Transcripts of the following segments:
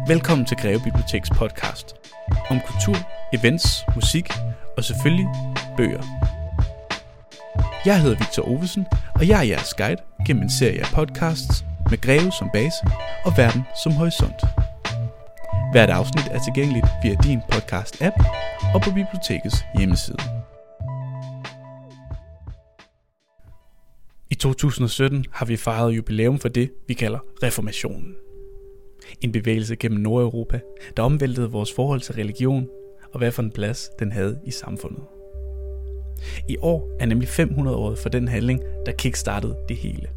Velkommen til Greve Biblioteks podcast om kultur, events, musik og selvfølgelig bøger. Jeg hedder Victor Ovesen, og jeg er jeres guide gennem en serie af podcasts med Greve som base og verden som horisont. Hvert afsnit er tilgængeligt via din podcast-app og på bibliotekets hjemmeside. I 2017 har vi fejret jubilæum for det, vi kalder reformationen. En bevægelse gennem Nordeuropa, der omvæltede vores forhold til religion og hvad for en plads den havde i samfundet. I år er nemlig 500-året for den handling, der kickstartede det hele.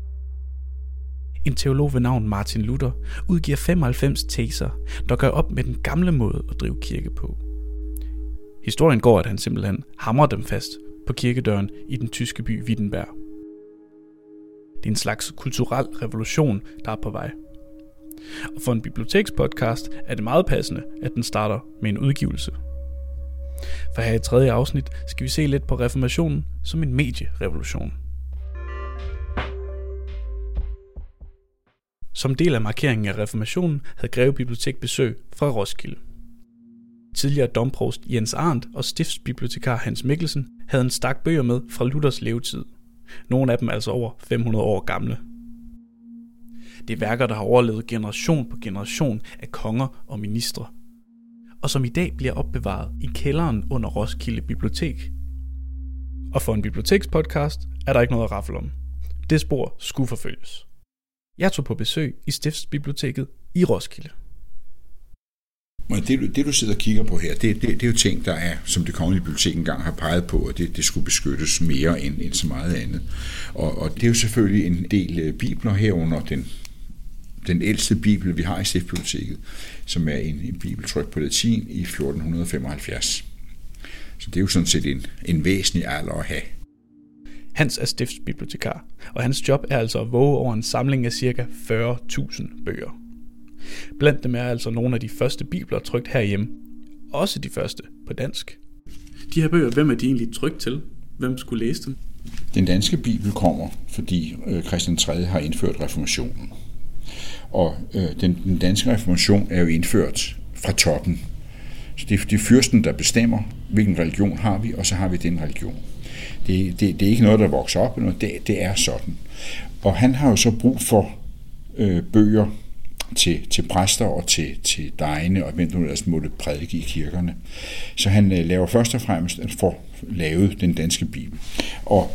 En teolog ved navn Martin Luther udgiver 95 teser, der gør op med den gamle måde at drive kirke på. Historien går, at han simpelthen hamrer dem fast på kirkedøren i den tyske by Wittenberg. Det er en slags kulturel revolution, der er på vej. Og for en bibliotekspodcast er det meget passende, at den starter med en udgivelse. For her i tredje afsnit skal vi se lidt på reformationen som en medierevolution. Som del af markeringen af reformationen havde Greve Bibliotek besøg fra Roskilde. Tidligere domprovst Jens Arndt og stiftsbibliotekar Hans Mikkelsen havde en stak bøger med fra Luthers levetid. Nogle af dem altså over 500 år gamle. Det er værker, der har overlevet generation på generation af konger og ministre, og som i dag bliver opbevaret i kælderen under Roskilde Bibliotek. Og for en bibliotekspodcast er der ikke noget at rafle om. Det spor skulle forfølges. Jeg tog på besøg i Stiftsbiblioteket i Roskilde. Det du sidder og kigger på her, det er jo ting, der er, som Det Kongelige Bibliotek engang har peget på, at det skulle beskyttes mere end så meget andet. Og det er jo selvfølgelig en del bibler herunder den ældste bibel, vi har i Stiftsbiblioteket, som er en bibeltryk på latin i 1475. Så det er jo sådan set en væsentlig alder at have. Hans er stiftsbibliotekar, og hans job er altså at våge over en samling af ca. 40.000 bøger. Blandt dem er altså nogle af de første bibler trykt herhjemme, også de første på dansk. De her bøger, hvem er de egentlig trykt til? Hvem skulle læse dem? Den danske bibel kommer, fordi Christian 3. har indført reformationen. Og den danske reformation er jo indført fra toppen. Så det er fyrsten, der bestemmer, hvilken religion har vi, og så har vi den religion. Det er ikke noget, der vokser op, men det er sådan. Og han har jo så brug for bøger til præster og til degene, og hvem du ellers måtte prædike i kirkerne. Så han laver først og fremmest at få lavet den danske bibel. Og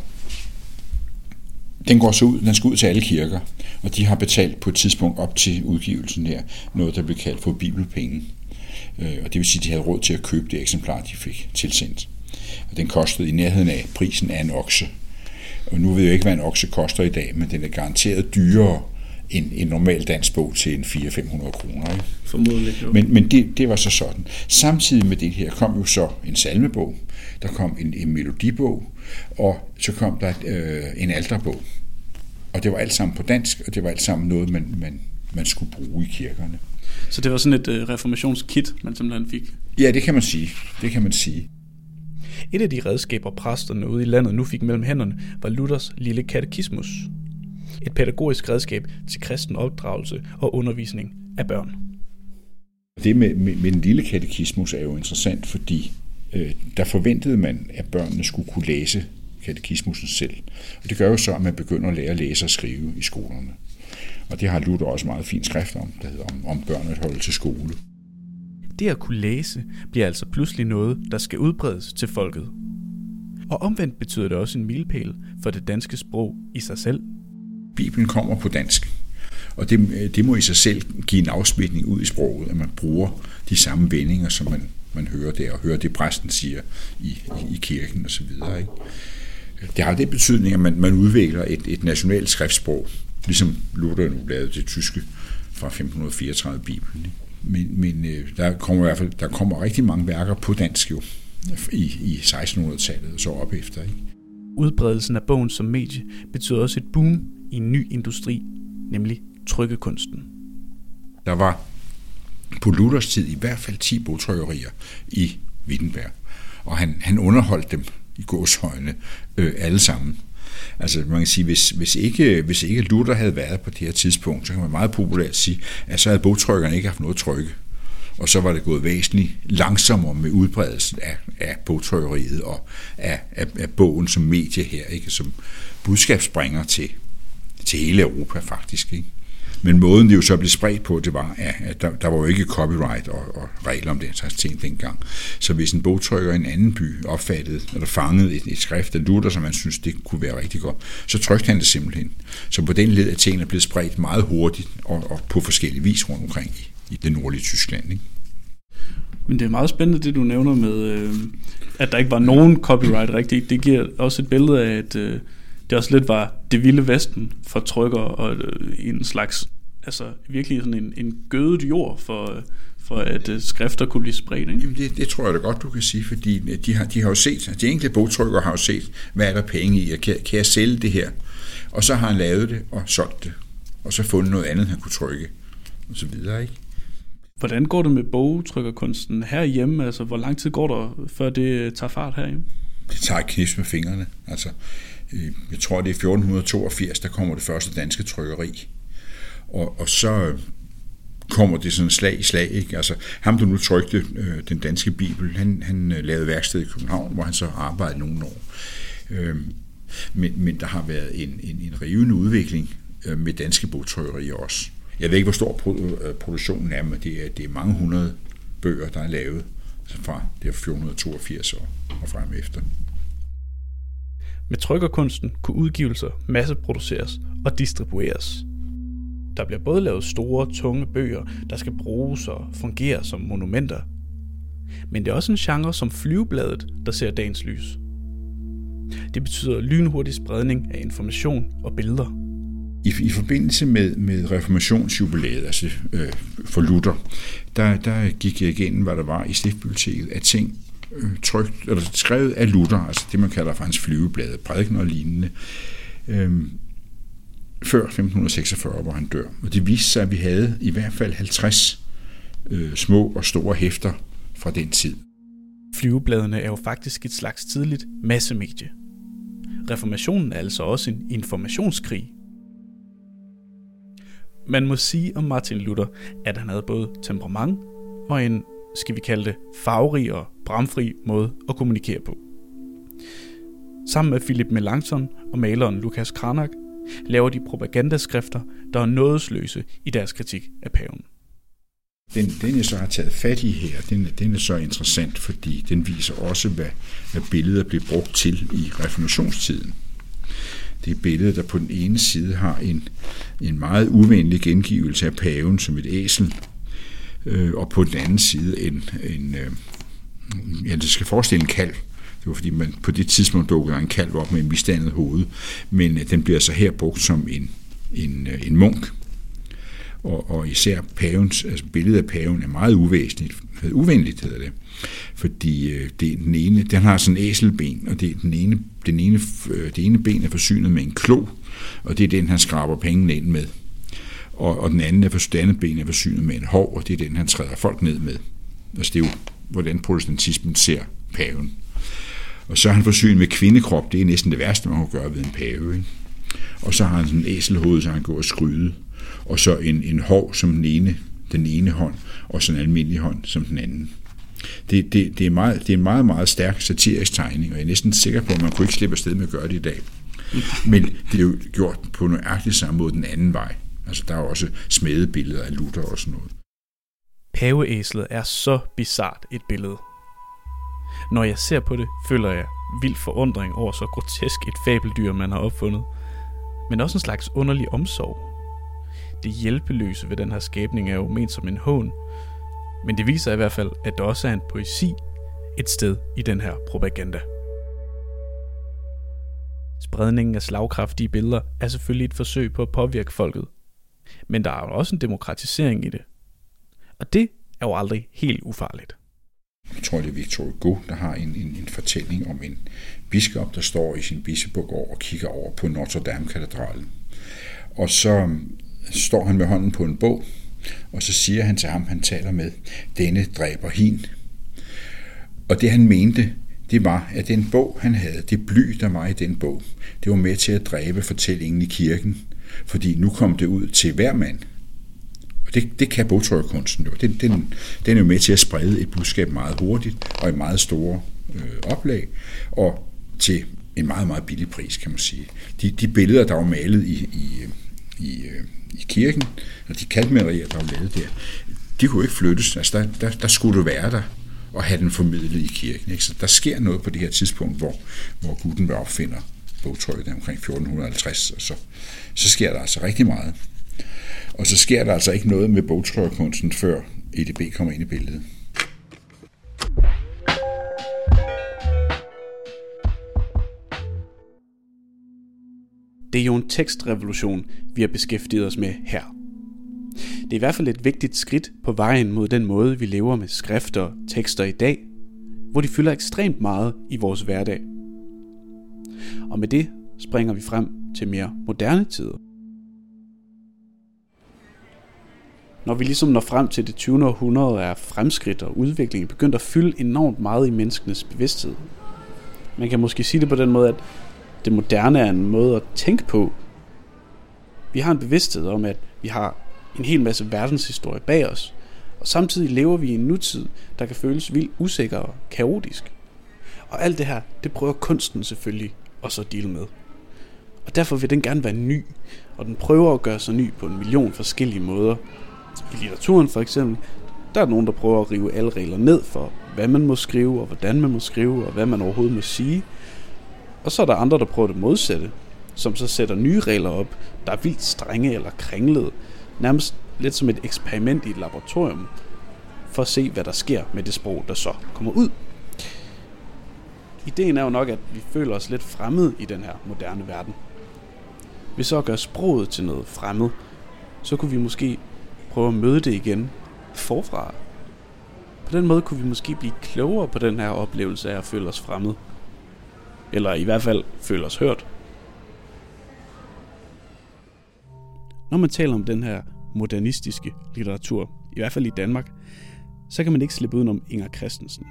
den skal ud til alle kirker, og de har betalt på et tidspunkt op til udgivelsen her noget, der blev kaldt for bibelpenge. Og det vil sige, at de havde råd til at købe det eksemplar, de fik tilsendt. Og den kostede i nærheden af prisen af en okse. Og nu ved jeg ikke, hvad en okse koster i dag, men den er garanteret dyrere end en normal dansk bog til en 400-500 kroner. Ikke? Formodentlig jo. Men det var så sådan. Samtidig med det her kom jo så en salmebog, der kom en melodibog, og så kom der en alterbog. Og det var alt sammen på dansk, og det var alt sammen noget, man skulle bruge i kirkerne. Så det var sådan et reformationskit, man simpelthen fik? Ja, det kan man sige. Et af de redskaber, præsterne ude i landet nu fik mellem hænderne, var Luthers lille katekismus. Et pædagogisk redskab til kristen opdragelse og undervisning af børn. Det med den lille katekismus er jo interessant, fordi der forventede man, at børnene skulle kunne læse katekismusen selv. Og det gør jo så, at man begynder at lære at læse og skrive i skolerne. Og det har Luther også meget fin skrift om, der hedder om børn at holde til skole. Det at kunne læse bliver altså pludselig noget, der skal udbredes til folket. Og omvendt betyder det også en milepæl for det danske sprog i sig selv. Bibelen kommer på dansk, og det må i sig selv give en afsmitning ud i sproget, at man bruger de samme vendinger, som man hører der, og hører det præsten siger i kirken osv. Det har det betydning, at man udvikler et nationalt skriftsprog, ligesom Luther nu lavede det tyske fra 1534 Bibelen. Men der kommer rigtig mange værker på dansk jo i 1600-tallet og så op efter. Ikke? Udbredelsen af bogen som medie betyder også et boom i en ny industri, nemlig trykkekunsten. Der var på Luthers tid i hvert fald 10 bogtrykkerier i Wittenberg, og han underholdt dem i gåseøjne alle sammen. Altså man kan sige, hvis ikke Luther havde været på det her tidspunkt, så kan man meget populært sige, at så havde bogtrykkerne ikke haft noget at trykke. Og så var det gået væsentligt langsommere med udbredelsen af bogtrykkeriet og af bogen som medie her, ikke? Som budskabsbringer til hele Europa faktisk, ikke? Men måden det jo så blev spredt på, det var, at der var jo ikke copyright og regler om den slags ting dengang. Så hvis en bogtrykker i en anden by opfattede, eller fangede et skrift af Luther, som man synes, det kunne være rigtig godt, så trykte han det simpelthen. Så på den led af tingene blev spredt meget hurtigt og på forskellige vis rundt omkring i det nordlige Tyskland, ikke? Men det er meget spændende, det du nævner med, at der ikke var nogen copyright rigtigt. Det giver også et billede af, at det også lidt var det vilde vesten for trykker og en slags, altså virkelig sådan en gødet jord for at skrifter kunne blive spredt, ikke? Jamen det tror jeg da godt, du kan sige, fordi de har jo set, de enkelte bogtrykkere har jo set, hvad er der penge i, og kan jeg sælge det her? Og så har han lavet det og solgt det, og så fundet noget andet, han kunne trykke, og så videre, ikke? Hvordan går det med bogtrykkerkunsten herhjemme? Altså, hvor lang tid går der, før det tager fart herhjemme? Det tager et knips med fingrene. Altså, jeg tror, det er 1482, der kommer det første danske trykkeri. Og så kommer det sådan slag i slag, ikke? Altså, ham, der nu trykte den danske bibel, han lavede værksted i København, hvor han så arbejdede nogle år. Men der har været en rivende udvikling med danske bogtrykkerier også. Jeg ved ikke, hvor stor produktionen er, men det er mange hundrede bøger, der er lavet fra det 1482 og frem efter. Med trykkerkunsten kunne udgivelser masseproduceres og distribueres. Der bliver både lavet store, tunge bøger, der skal bruges og fungere som monumenter. Men det er også en genre som flyvebladet, der ser dagens lys. Det betyder lynhurtig spredning af information og billeder. I forbindelse med reformationsjubilæet, altså for Luther, der gik jeg igennem, hvad der var i Stiftbiblioteket af ting trykt, eller skrevet af Luther, altså det man kalder for hans flyveblade, prædiken og lignende, før 1546, hvor han dør. Og det viste sig, at vi havde i hvert fald 50 små og store hæfter fra den tid. Flyvebladene er jo faktisk et slags tidligt massemedie. Reformationen er altså også en informationskrig. Man må sige om Martin Luther, at han havde både temperament og en, skal vi kalde det, farverig og bramfri måde at kommunikere på. Sammen med Philip Melanchthon og maleren Lucas Cranach laver de propagandaskrifter, der er nådesløse i deres kritik af paven. Den jeg så har taget fat i her, den er så interessant, fordi den viser også, hvad billeder blev brugt til i reformationstiden. Det er billede, der på den ene side har en meget uvenlig gengivelse af paven som et æsel, og på den anden side det skal forestille en kalv. Det var fordi man på det tidspunkt dukkede en kalv op med en misdannet hoved, men den bliver så her brugt som en munk. Og især pavens, altså billedet af paven er meget uvenligt hedder det, fordi det er den har sådan en æselben, og det er det ene ben er forsynet med en klo, og det er den han skraber pengene ind med, og den andet ben er forsynet med en hov, og det er den han træder folk ned med. Altså det er jo hvordan protestantismen ser paven. Og så er han forsynet med kvindekrop, det er næsten det værste man kan gøre ved en pave, ikke? Og så har han sådan en æselhoved, så han går og skryde. Og så en hov som den ene hånd, og så en almindelig hånd som den anden. Det er en meget, meget stærk satirisk tegning, og jeg er næsten sikker på, at man kunne ikke slippe afsted med at gøre det i dag. Men det er jo gjort på nøjagtigt samme måde den anden vej. Altså der er også smedebilleder af Luther og sådan noget. Paveæslet er så bizart et billede. Når jeg ser på det, føler jeg vild forundring over så grotesk et fabeldyr, man har opfundet. Men også en slags underlig omsorg. Det hjælpeløse ved den her skabning er jo ment som en hån, men det viser i hvert fald, at der også er en poesi et sted i den her propaganda. Spredningen af slagkraftige billeder er selvfølgelig et forsøg på at påvirke folket, men der er jo også en demokratisering i det. Og det er jo aldrig helt ufarligt. Jeg tror, det er Victor Hugo, der har en fortælling om en biskop, der står i sin bispegård og kigger over på Notre Dame-katedralen. Og så står han med hånden på en bog, og så siger han til ham, han taler med, denne dræber hin. Og det han mente, det var, at den bog, han havde, det bly, der var i den bog, det var med til at dræbe fortællingen i kirken, fordi nu kom det ud til hver mand. Og det kan bogtrykkerkunsten jo. Den er jo med til at sprede et budskab meget hurtigt og i meget store oplag, og til en meget, meget billig pris, kan man sige. De billeder, der var malet i kirken, og de kalkmalerier, der var lavet der, de kunne ikke flyttes. Altså, der skulle du være der og have den formidlet i kirken. Ikke? Så der sker noget på det her tidspunkt, hvor Gutenberg opfinder bogtrykket omkring 1450, og så sker der altså rigtig meget. Og så sker der altså ikke noget med bogtrykkerkunsten, før EDB kommer ind i billedet. Det er jo en tekstrevolution, vi har beskæftiget os med her. Det er i hvert fald et vigtigt skridt på vejen mod den måde, vi lever med skrifter og tekster i dag, hvor de fylder ekstremt meget i vores hverdag. Og med det springer vi frem til mere moderne tider. Når vi ligesom når frem til det 20. århundrede, er fremskridt og udvikling begyndt at fylde enormt meget i menneskenes bevidsthed. Man kan måske sige det på den måde, at det moderne er en måde at tænke på. Vi har en bevidsthed om, at vi har en hel masse verdenshistorie bag os, og samtidig lever vi i en nutid, der kan føles vildt usikker og kaotisk. Og alt det her, det prøver kunsten selvfølgelig også at deale med. Og derfor vil den gerne være ny, og den prøver at gøre sig ny på en million forskellige måder. I litteraturen for eksempel, der er nogen, der prøver at rive alle regler ned for, hvad man må skrive, og hvordan man må skrive, og hvad man overhovedet må sige. Og så er der andre, der prøver det modsatte, som så sætter nye regler op, der er vildt strenge eller kringlede, nærmest lidt som et eksperiment i et laboratorium, for at se, hvad der sker med det sprog, der så kommer ud. Ideen er jo nok, at vi føler os lidt fremmede i den her moderne verden. Hvis så gør sproget til noget fremmed, så kunne vi måske prøve at møde det igen forfra. På den måde kunne vi måske blive klogere på den her oplevelse af at føle os fremmede. Eller i hvert fald føle os hørt. Når man taler om den her modernistiske litteratur, i hvert fald i Danmark, så kan man ikke slippe udenom Inger Christensen.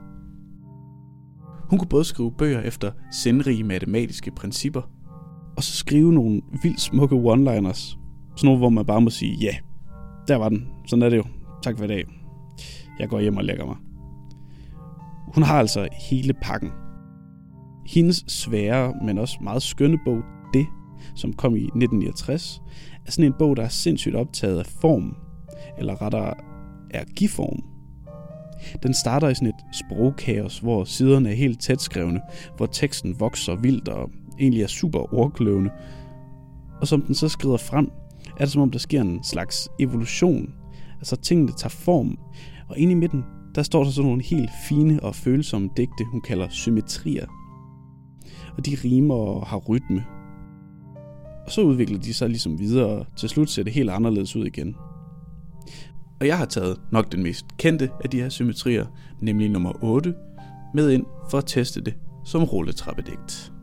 Hun kunne både skrive bøger efter sindrige matematiske principper, og så skrive nogle vildt smukke one-liners. Sådan nogle, hvor man bare må sige, ja, der var den. Sådan er det jo. Tak for i dag. Jeg går hjem og lægger mig. Hun har altså hele pakken. Hendes svære, men også meget skønne bog, Det, som kom i 1969, er sådan en bog, der er sindssygt optaget af form, eller rettere er giform. Den starter i sådan et sprogkaos, hvor siderne er helt tætskrevne, hvor teksten vokser vildt og egentlig er super ordkløvende. Og som den så skrider frem, er det som om der sker en slags evolution. Altså tingene tager form, og inde i midten, der står der sådan nogle helt fine og følsomme digte, hun kalder symmetrier. Og de rimer og har rytme. Og så udvikler de sig ligesom videre, og til slut ser det helt anderledes ud igen. Og jeg har taget nok den mest kendte af de her symmetrier, nemlig nummer 8, med ind for at teste det som rulletrappedigt.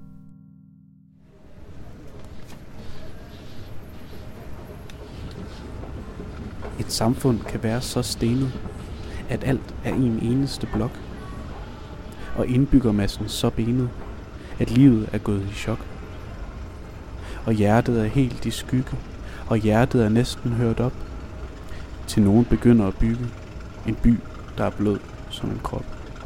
Et samfund kan være så stenet, at alt er en eneste blok, og indbyggermassen så benet, at livet er gået i chok. Og hjertet er helt i skygge, og hjertet er næsten hørt op, til nogen begynder at bygge en by, der er blød som en krop.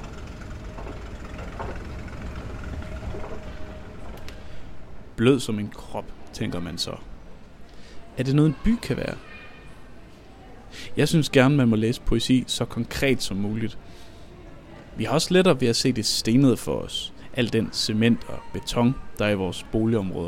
Blød som en krop, tænker man så. Er det noget, en by kan være? Jeg synes gerne, man må læse poesi så konkret som muligt. Vi har også lettere ved at se det stenede for os, al den cement og beton, der er i vores boligområder.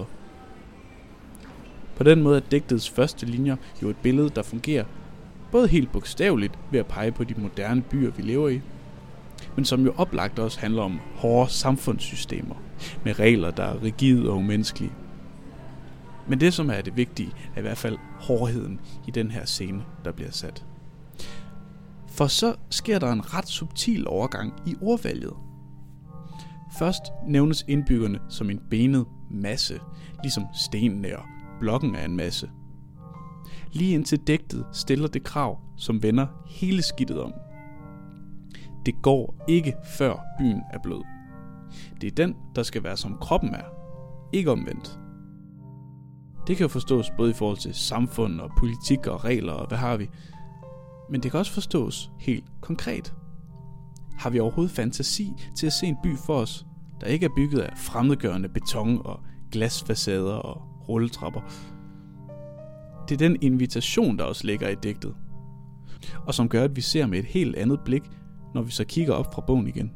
På den måde er digtets første linjer jo et billede, der fungerer både helt bogstaveligt ved at pege på de moderne byer, vi lever i, men som jo oplagt også handler om hårde samfundssystemer, med regler, der er rigide og umenneskelige. Men det, som er det vigtige, er i hvert fald hårdheden i den her scene, der bliver sat. For så sker der en ret subtil overgang i ordvalget. Først nævnes indbyggerne som en benet masse, ligesom stenene og blokken er en masse. Lige indtil digtet stiller det krav, som vender hele skidtet om. Det går ikke, før byen er blød. Det er den, der skal være som kroppen er, ikke omvendt. Det kan jo forstås både i forhold til samfund og politik og regler og hvad har vi. Men det kan også forstås helt konkret. Har vi overhovedet fantasi til at se en by for os, der ikke er bygget af fremmedgørende beton og glasfacader og rulletrapper? Det er den invitation, der også ligger i digtet, og som gør, at vi ser med et helt andet blik, når vi så kigger op fra bogen igen.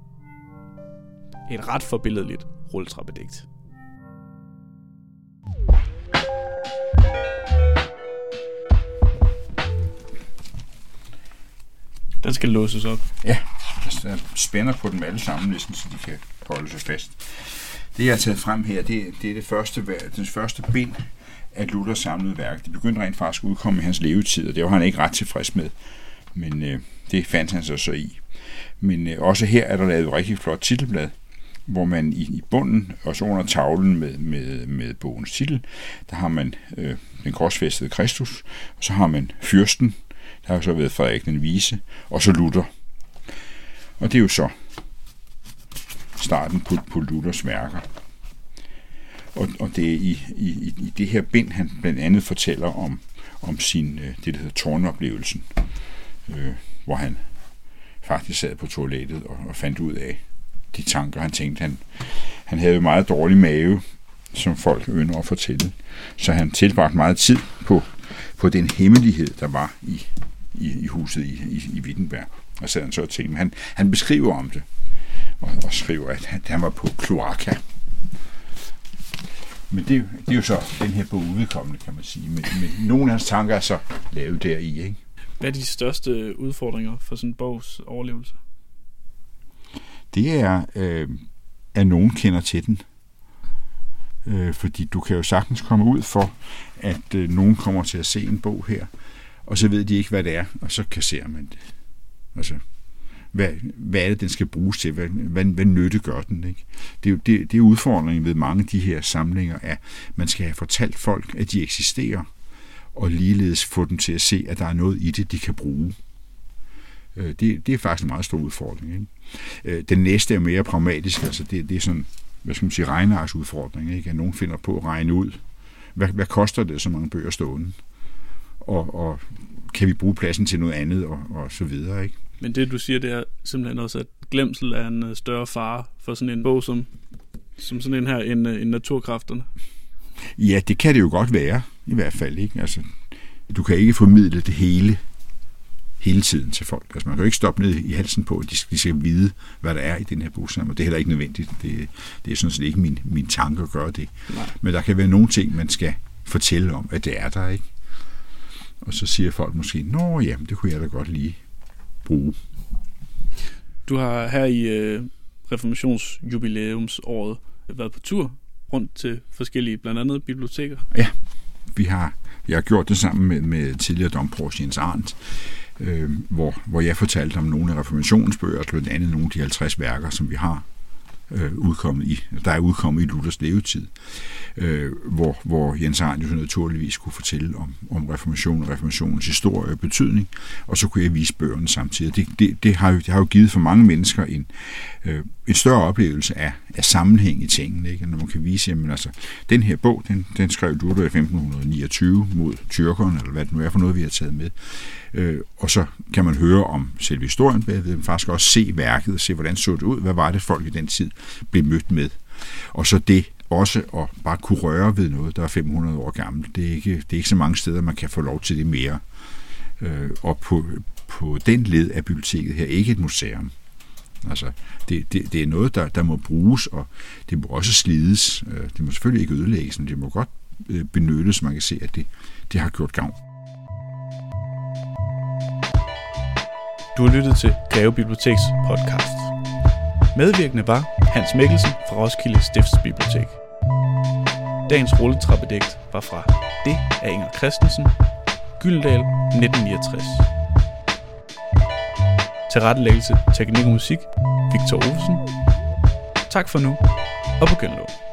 Et ret forbilledligt rulletrappedigt. Den skal låses op. Ja, der spænder på dem alle sammen næsten, så de kan holde sig fast. Det, jeg har taget frem her, det er den første bind af Luthers samlede værk. Det begyndte rent faktisk at udkomme i hans levetid, og det var han ikke ret tilfreds med. Men det fandt han sig så i. Men også her er der lavet et rigtig flot titelblad, hvor man i bunden, og så under tavlen med bogens titel, der har man den korsfæstede Kristus, og så har man fyrsten, der har så været Frederik den Vise, og så Luther. Og det er jo så starten på Luthers værker. Og det er i det her bind, han blandt andet fortæller om sin, det der hedder tårnoplevelsen, hvor han faktisk sad på toilettet og fandt ud af de tanker, han tænkte. Han havde jo meget dårlig mave, som folk ynder at fortælle. Så han tilbragte meget tid på den hemmelighed, der var i huset i Wittenberg. Og så han så tænkte, han beskriver om det, og skriver, at han var på kloaka. Men det er jo så den her bog udkommende, kan man sige. Men nogle af hans tanker er så lavet deri, ikke? Hvad er de største udfordringer for sådan en bogs overlevelse? Det er, at nogen kender til den. Fordi du kan jo sagtens komme ud for, at nogen kommer til at se en bog her, og så ved de ikke, hvad det er, og så kasserer man det. Altså, hvad er det, den skal bruges til? Hvad nytte gør den? Ikke? Det er udfordringen ved mange af de her samlinger, at man skal have fortalt folk, at de eksisterer, og ligeledes få dem til at se, at der er noget i det, de kan bruge. Det er faktisk en meget stor udfordring. Ikke? Den næste er mere pragmatisk, altså det er sådan, hvad skal man sige, regnearksudfordring, ikke? At nogen finder på at regne ud, hvad koster det, så mange bøger stående? Og kan vi bruge pladsen til noget andet, og så videre, ikke? Men det, du siger, det er simpelthen også, at glemsel er en større fare for sådan en bog, som sådan en her, end naturkræfterne. Ja, det kan det jo godt være, i hvert fald, ikke? Altså, du kan ikke formidle det hele tiden til folk. Altså, man kan jo ikke stoppe ned i halsen på, at de skal vide, hvad der er i den her bogsamling, og det er heller ikke nødvendigt. Det er sådan set ikke min tanke at gøre det. Nej. Men der kan være nogle ting, man skal fortælle om, at det er der, ikke? Og så siger folk måske, nå jamen, det kunne jeg da godt lige bruge. Du har her i reformationsjubilæumsåret været på tur rundt til forskellige, blandt andet biblioteker. Ja, jeg har gjort det sammen med tidligere domprovst Jens Arndt, hvor jeg fortalte om nogle af reformationens bøger, blandt andet nogle af de 50 værker, som vi har der er udkommet i Luthers levetid, hvor Jens Arndt jo naturligvis kunne fortælle om reformationen og reformationens historie og betydning, og så kunne jeg vise bøgerne samtidig. Det har jo givet for mange mennesker en større oplevelse af sammenhæng i tingene, ikke? Når man kan vise, jamen altså, den her bog, den skrev Luther i 1529 mod tyrkerne, eller hvad det nu er for noget, vi har taget med. Og så kan man høre om selve historien bagved, men faktisk også se værket, se hvordan så det ud, hvad var det folk i den tid blev mødt med. Og så det også at bare kunne røre ved noget, der er 500 år gammelt. Det er ikke så mange steder, man kan få lov til det mere. Og på den led af biblioteket her, ikke et museum. Altså, det er noget, der må bruges, og det må også slides. Det må selvfølgelig ikke ødelægges, men det må godt benyttes, man kan se, at det har gjort gavn. Du har lyttet til Greve Biblioteks podcast. Medvirkende var Hans Mikkelsen fra Roskilde Stiftsbibliotek. Dagens rulletrappedigt var fra Det af Inger Christensen, Gyldendal 1969. Tilrettelæggelse, teknik og musik, Victor Olsen. Tak for nu, og på genlyd.